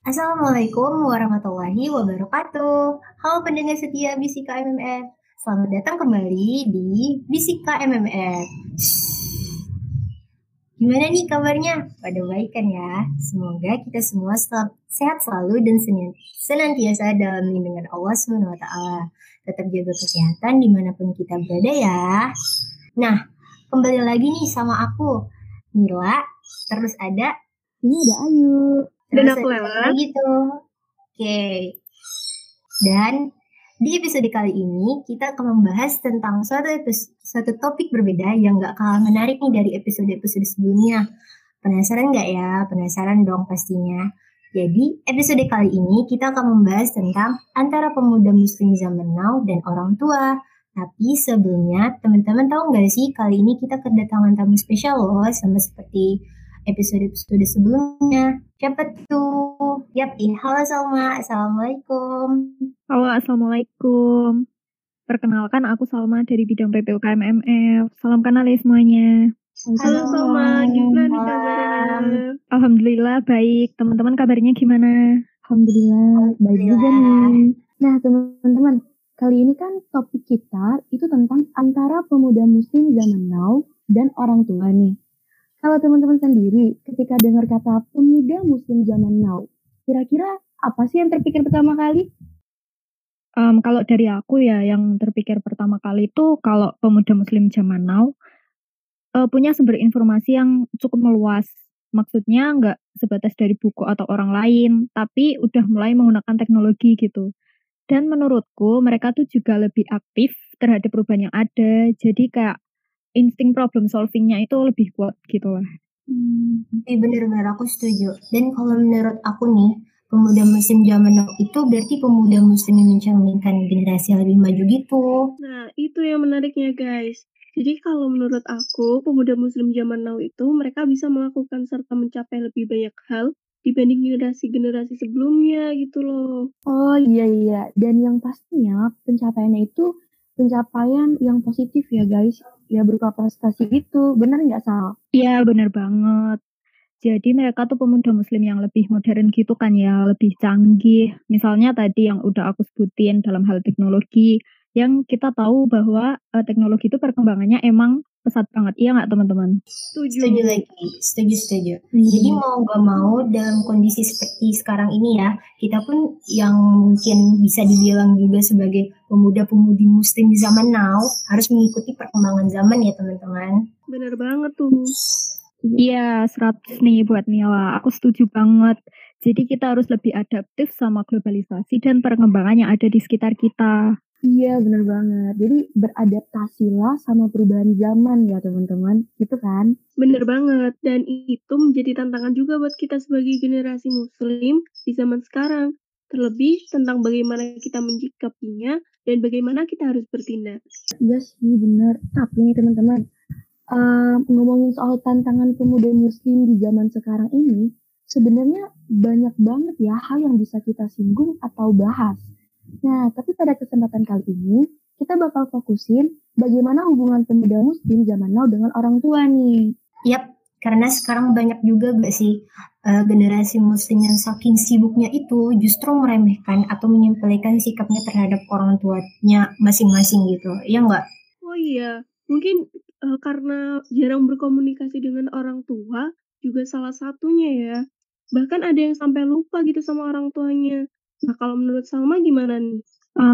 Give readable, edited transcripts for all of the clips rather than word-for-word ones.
Assalamualaikum warahmatullahi wabarakatuh. Halo pendengar setia Bisika MMF. Selamat datang kembali di Bisika MMF. Gimana nih kabarnya? Pada baik kan ya? Semoga kita semua sehat selalu dan senantiasa dalam lindungan Allah SWT. Tetap jaga kesehatan dimanapun kita berada ya. Nah, kembali lagi nih sama aku, Mila. Terus ada Ini ada Ayu. Dan aku lagi tuh. Oke. Dan di episode kali ini kita akan membahas tentang suatu topik berbeda yang gak kalah menarik nih dari episode-episode sebelumnya. Penasaran gak ya? Penasaran dong pastinya. Jadi episode kali ini kita akan membahas tentang antara pemuda muslim zaman now dan orang tua. Tapi sebelumnya teman-teman tahu gak sih kali ini kita kedatangan tamu spesial loh, sama seperti episode-episode sebelumnya. Siapa tuh? Halo Salma, Assalamualaikum. Halo, Assalamualaikum. Perkenalkan, aku Salma dari bidang PPUKM MF. Salam kenal ya semuanya. Halo Salma, gimana nih kabarnya? Alhamdulillah baik. Teman-teman kabarnya gimana? Alhamdulillah baik juga nih. Nah teman-teman, kali ini kan topik kita itu tentang antara pemuda muslim zaman now dan orang tua nih. Kalau teman-teman sendiri ketika dengar kata pemuda muslim zaman now, kira-kira apa sih yang terpikir pertama kali? Kalau dari aku ya, yang terpikir pertama kali itu kalau pemuda muslim zaman now punya sumber informasi yang cukup meluas. Maksudnya nggak sebatas dari buku atau orang lain, tapi udah mulai menggunakan teknologi gitu. Dan menurutku mereka tuh juga lebih aktif terhadap perubahan yang ada. Jadi kayak insting problem solvingnya itu lebih kuat gitu lah. Bener-bener aku setuju. Dan kalau menurut aku nih, pemuda muslim zaman now itu berarti pemuda muslim yang mencerminkan generasi yang lebih maju gitu. Nah, itu yang menariknya guys. Jadi kalau menurut aku, pemuda muslim zaman now itu mereka bisa melakukan serta mencapai lebih banyak hal dibanding generasi-generasi sebelumnya gitu loh. Oh iya, dan yang pastinya pencapaiannya itu pencapaian yang positif ya guys, ya berupa prestasi gitu, benar nggak Sal? Iya benar banget. Jadi mereka tuh pemuda muslim yang lebih modern gitu kan ya, lebih canggih. Misalnya tadi yang udah aku sebutin dalam hal teknologi, yang kita tahu bahwa teknologi itu perkembangannya emang pesat banget, iya nggak teman-teman? Setuju lagi, setuju. Jadi mau gak mau dalam kondisi seperti sekarang ini ya, kita pun yang mungkin bisa dibilang juga sebagai pemuda-pemudi muslim di zaman now harus mengikuti perkembangan zaman ya teman-teman. Bener banget tuh. Iya, 100 nih buat Mila. Aku setuju banget. Jadi kita harus lebih adaptif sama globalisasi dan perkembangan yang ada di sekitar kita. Iya, benar banget. Jadi beradaptasilah sama perubahan zaman ya teman-teman, gitu kan? Bener banget. Dan itu menjadi tantangan juga buat kita sebagai generasi muslim di zaman sekarang. Terlebih tentang bagaimana kita menyikapinya dan bagaimana kita harus bertindak. Iya sih, benar. Tapi nih teman-teman, ngomongin soal tantangan pemuda muslim di zaman sekarang ini, sebenarnya banyak banget ya hal yang bisa kita singgung atau bahas. Nah, tapi pada kesempatan kali ini, kita bakal fokusin bagaimana hubungan pemuda muslim zaman now dengan orang tua nih. Yap, karena sekarang banyak juga gak sih generasi muslim yang saking sibuknya itu justru meremehkan atau menyepelekan sikapnya terhadap orang tuanya masing-masing gitu, iya nggak? Oh iya, mungkin karena jarang berkomunikasi dengan orang tua juga salah satunya ya. Bahkan ada yang sampai lupa gitu sama orang tuanya. Nah, kalau menurut Salma gimana nih?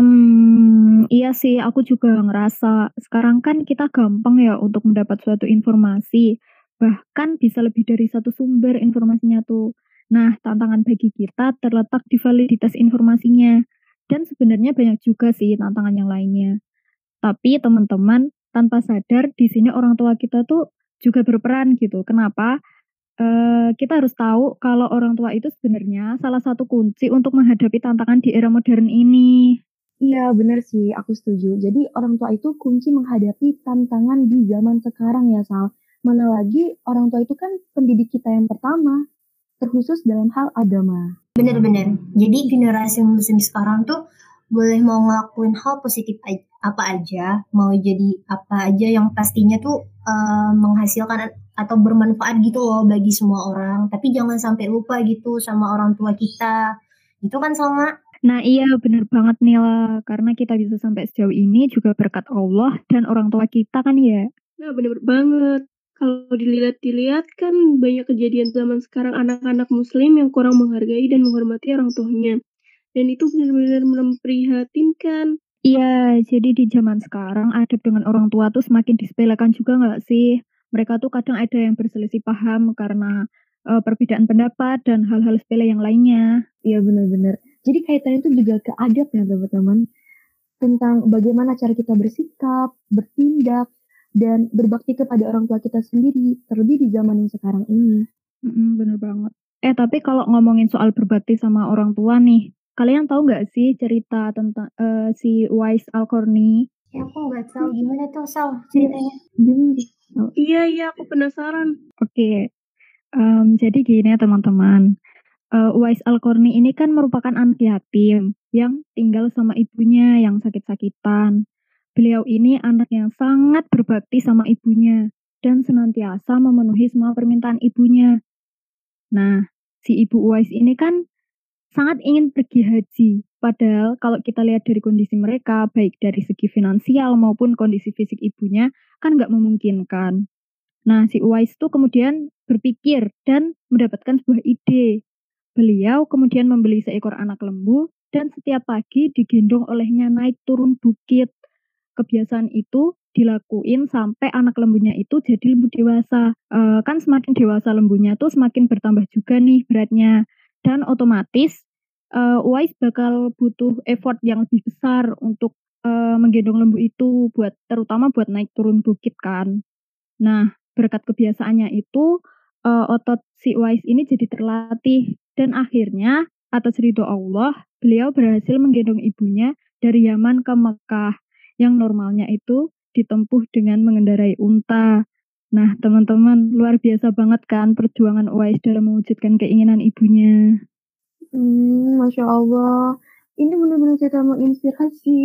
Iya sih, aku juga ngerasa sekarang kan kita gampang ya untuk mendapat suatu informasi. Bahkan bisa lebih dari satu sumber informasinya tuh. Nah, tantangan bagi kita terletak di validitas informasinya. Dan sebenarnya banyak juga sih tantangan yang lainnya. Tapi teman-teman, tanpa sadar di sini orang tua kita tuh juga berperan gitu. Kenapa? Kita harus tahu kalau orang tua itu sebenarnya salah satu kunci untuk menghadapi tantangan di era modern ini. Iya, benar sih, aku setuju. Jadi orang tua itu kunci menghadapi tantangan di zaman sekarang ya, Sal. Mana lagi orang tua itu kan pendidik kita yang pertama, terkhusus dalam hal agama. Bener-bener. Jadi generasi muslim sekarang tuh boleh mau ngelakuin hal positif apa aja, mau jadi apa aja yang pastinya tuh menghasilkan atau bermanfaat gitu loh bagi semua orang. Tapi jangan sampai lupa gitu sama orang tua kita. Itu kan sama. Nah iya bener banget Nila, karena kita bisa sampai sejauh ini juga berkat Allah dan orang tua kita kan ya. Nah, bener banget. Kalau dilihat-dilihat kan banyak kejadian zaman sekarang anak-anak muslim yang kurang menghargai dan menghormati orang tuanya. Dan itu benar-benar memprihatinkan. Iya, jadi di zaman sekarang adab dengan orang tua tuh semakin disepelekan juga nggak sih? Mereka tuh kadang ada yang berselisih paham karena perbedaan pendapat dan hal-hal sepele yang lainnya. Iya benar-benar. Jadi kaitannya itu juga ke adab ya teman-teman. Tentang bagaimana cara kita bersikap, bertindak, dan berbakti kepada orang tua kita sendiri. Terlebih di zaman yang sekarang ini. Bener banget. Tapi kalau ngomongin soal berbakti sama orang tua nih, kalian tahu nggak sih cerita tentang si Uwais Al-Qarni? Ya aku nggak tahu gimana tuh Sal ceritanya. Iya, aku penasaran. Oke, jadi gini ya teman-teman. Uwais Al-Qarni ini kan merupakan anak yatim yang tinggal sama ibunya yang sakit-sakitan. Beliau ini anak yang sangat berbakti sama ibunya dan senantiasa memenuhi semua permintaan ibunya. Nah, si Ibu Uwais ini kan sangat ingin pergi haji. Padahal kalau kita lihat dari kondisi mereka, baik dari segi finansial maupun kondisi fisik ibunya, kan nggak memungkinkan. Nah, si Uwais itu kemudian berpikir dan mendapatkan sebuah ide. Beliau kemudian membeli seekor anak lembu dan setiap pagi digendong olehnya naik turun bukit. Kebiasaan itu dilakuin sampai anak lembunya itu jadi lembu dewasa. Kan semakin dewasa lembunya tuh semakin bertambah juga nih beratnya. Dan otomatis Uwais bakal butuh effort yang lebih besar untuk menggendong lembu itu terutama buat naik turun bukit kan. Nah, berkat kebiasaannya itu otot si Uwais ini jadi terlatih dan akhirnya atas ridho Allah beliau berhasil menggendong ibunya dari Yaman ke Mekah yang normalnya itu ditempuh dengan mengendarai unta. Nah, teman-teman, luar biasa banget kan perjuangan Uwais dalam mewujudkan keinginan ibunya. Masya Allah. Ini benar-benar cerita menginspirasi.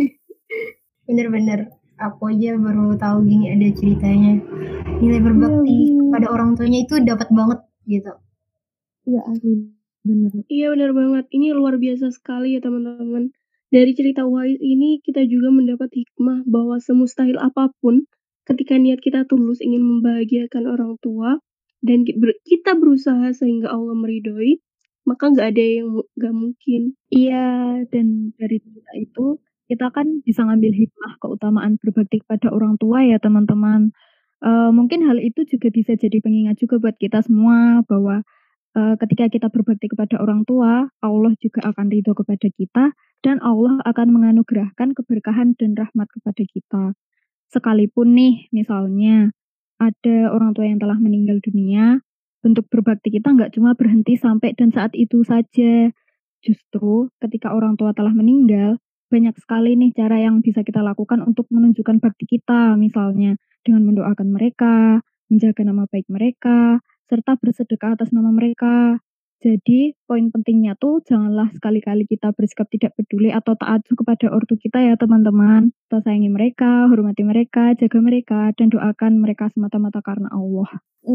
Bener-bener. Aku aja baru tahu gini ada ceritanya. Nilai berbakti pada orang tuanya itu dapat banget gitu. Iya, asli. Bener. Iya, benar banget. Ini luar biasa sekali ya teman-teman. Dari cerita Uwais ini kita juga mendapat hikmah bahwa semustahil apapun ketika niat kita tulus ingin membahagiakan orang tua dan kita berusaha sehingga Allah meridhoi, maka nggak ada yang nggak mungkin. Iya, dan dari cerita itu kita kan bisa ngambil hikmah keutamaan berbakti kepada orang tua ya teman-teman. Mungkin hal itu juga bisa jadi pengingat juga buat kita semua bahwa ketika kita berbakti kepada orang tua, Allah juga akan ridho kepada kita dan Allah akan menganugerahkan keberkahan dan rahmat kepada kita. Sekalipun nih, misalnya ada orang tua yang telah meninggal dunia, bentuk berbakti kita nggak cuma berhenti sampai dan saat itu saja. Justru ketika orang tua telah meninggal, banyak sekali nih cara yang bisa kita lakukan untuk menunjukkan bakti kita, misalnya dengan mendoakan mereka, menjaga nama baik mereka, serta bersedekah atas nama mereka. Jadi, poin pentingnya tuh janganlah sekali-kali kita bersikap tidak peduli atau taat kepada ortu kita ya teman-teman. Kita sayangi mereka, hormati mereka, jaga mereka, dan doakan mereka semata-mata karena Allah.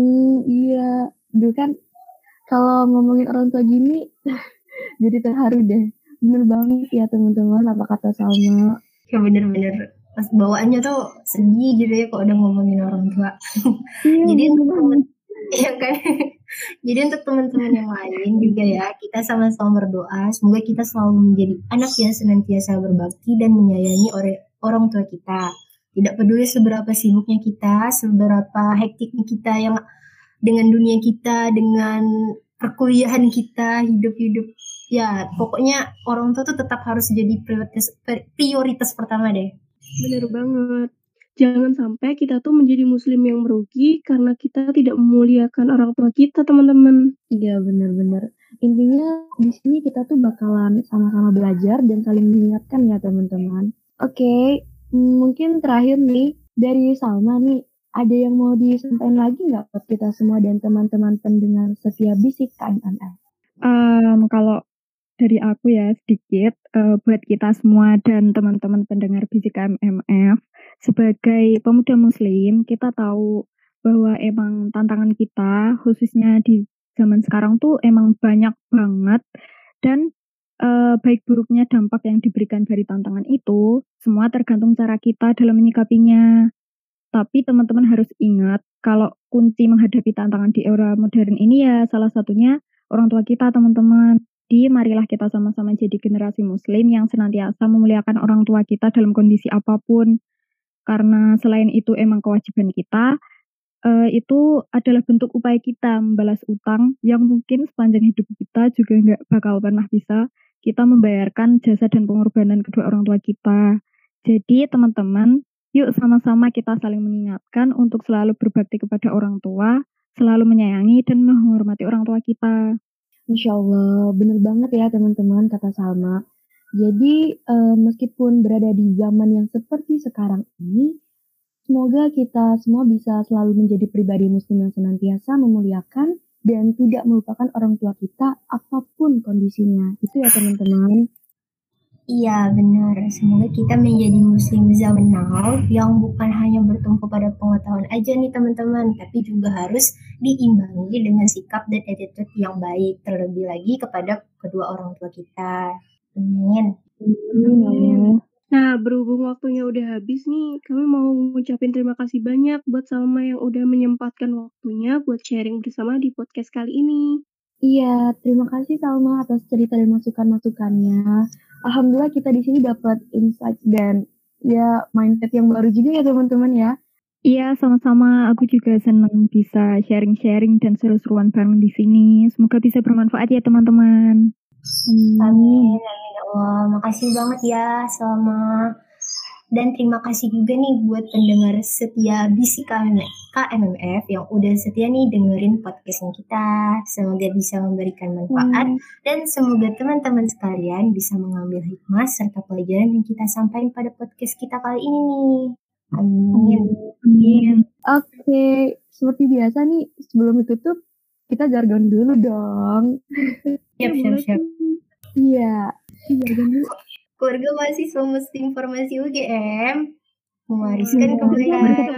Iya, dulu kan kalau ngomongin orang tua gini, jadi terharu deh. Bener banget ya teman-teman apa kata Salma. Ya bener-bener. Pas bawaannya tuh sedih gitu ya kalau udah ngomongin orang tua. Iya, Jadi untuk ya kan. Jadi untuk teman-teman yang lain juga ya, kita sama-sama berdoa semoga kita selalu menjadi anak yang senantiasa berbakti dan menyayangi orang tua kita. Tidak peduli seberapa sibuknya kita, seberapa hektiknya kita yang dengan dunia kita, dengan perkuliahan kita, hidup-hidup. Ya, pokoknya orang tua tuh tetap harus jadi prioritas pertama deh. Bener banget. Jangan sampai kita tuh menjadi muslim yang merugi karena kita tidak memuliakan orang tua kita, teman-teman. Iya, benar-benar. Intinya di sini kita tuh bakalan sama-sama belajar dan saling mengingatkan ya, teman-teman. Oke, mungkin terakhir nih dari Salma nih, ada yang mau disampaikan lagi nggak buat kita semua dan teman-teman pendengar setia Bisik KMMF? Kalau dari aku ya sedikit buat kita semua dan teman-teman pendengar Bisik KMMF, sebagai pemuda muslim kita tahu bahwa emang tantangan kita khususnya di zaman sekarang tuh emang banyak banget dan baik buruknya dampak yang diberikan dari tantangan itu semua tergantung cara kita dalam menyikapinya. Tapi teman-teman harus ingat kalau kunci menghadapi tantangan di era modern ini ya salah satunya orang tua kita teman-teman. Jadi marilah kita sama-sama jadi generasi muslim yang senantiasa memuliakan orang tua kita dalam kondisi apapun. Karena selain itu emang kewajiban kita, itu adalah bentuk upaya kita membalas utang yang mungkin sepanjang hidup kita juga nggak bakal pernah bisa kita membayarkan jasa dan pengorbanan kedua orang tua kita. Jadi teman-teman, yuk sama-sama kita saling mengingatkan untuk selalu berbakti kepada orang tua, selalu menyayangi dan menghormati orang tua kita. Masya Allah, bener banget ya teman-teman kata Salma. Jadi meskipun berada di zaman yang seperti sekarang ini, semoga kita semua bisa selalu menjadi pribadi muslim yang senantiasa memuliakan dan tidak melupakan orang tua kita apapun kondisinya. Itu ya teman-teman. Iya benar, semoga kita menjadi muslim zaman now yang bukan hanya bertumpu pada pengetahuan aja nih teman-teman, tapi juga harus diimbangi dengan sikap dan attitude yang baik, terlebih lagi kepada kedua orang tua kita. Amin. Amin. Nah, berhubung waktunya udah habis nih, kami mau ngucapin terima kasih banyak buat Salma yang udah menyempatkan waktunya buat sharing bersama di podcast kali ini. Iya, terima kasih Salma atas cerita dan masukan-masukannya. Alhamdulillah kita di sini dapat insight dan ya mindset yang baru juga ya teman-teman ya. Iya, sama-sama. Aku juga senang bisa sharing-sharing dan seru-seruan bareng di sini. Semoga bisa bermanfaat ya teman-teman. Amin, amin ya Allah. Makasih banget ya Salma. Dan terima kasih juga nih buat pendengar setia Bisik KMMF yang udah setia nih dengerin podcastnya kita. Semoga bisa memberikan manfaat dan semoga teman-teman sekalian bisa mengambil hikmah serta pelajaran yang kita sampaikan pada podcast kita kali ini nih. Amin. Amin. Oke, seperti biasa nih sebelum ditutup kita jargon dulu dong. Siap. Iya, jargon dulu. Keluarga mahasiswa Muslim Formasi UGM mewariskan kebaikan,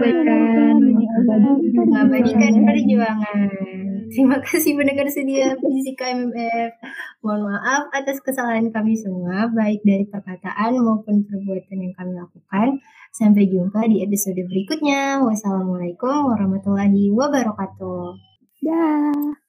mengabadikan perjuangan. Terima kasih pendengar setia Bisik KMMF. Mohon maaf atas kesalahan kami semua, baik dari perkataan maupun perbuatan yang kami lakukan. Sampai jumpa di episode berikutnya. Wassalamualaikum warahmatullahi wabarakatuh. Dah.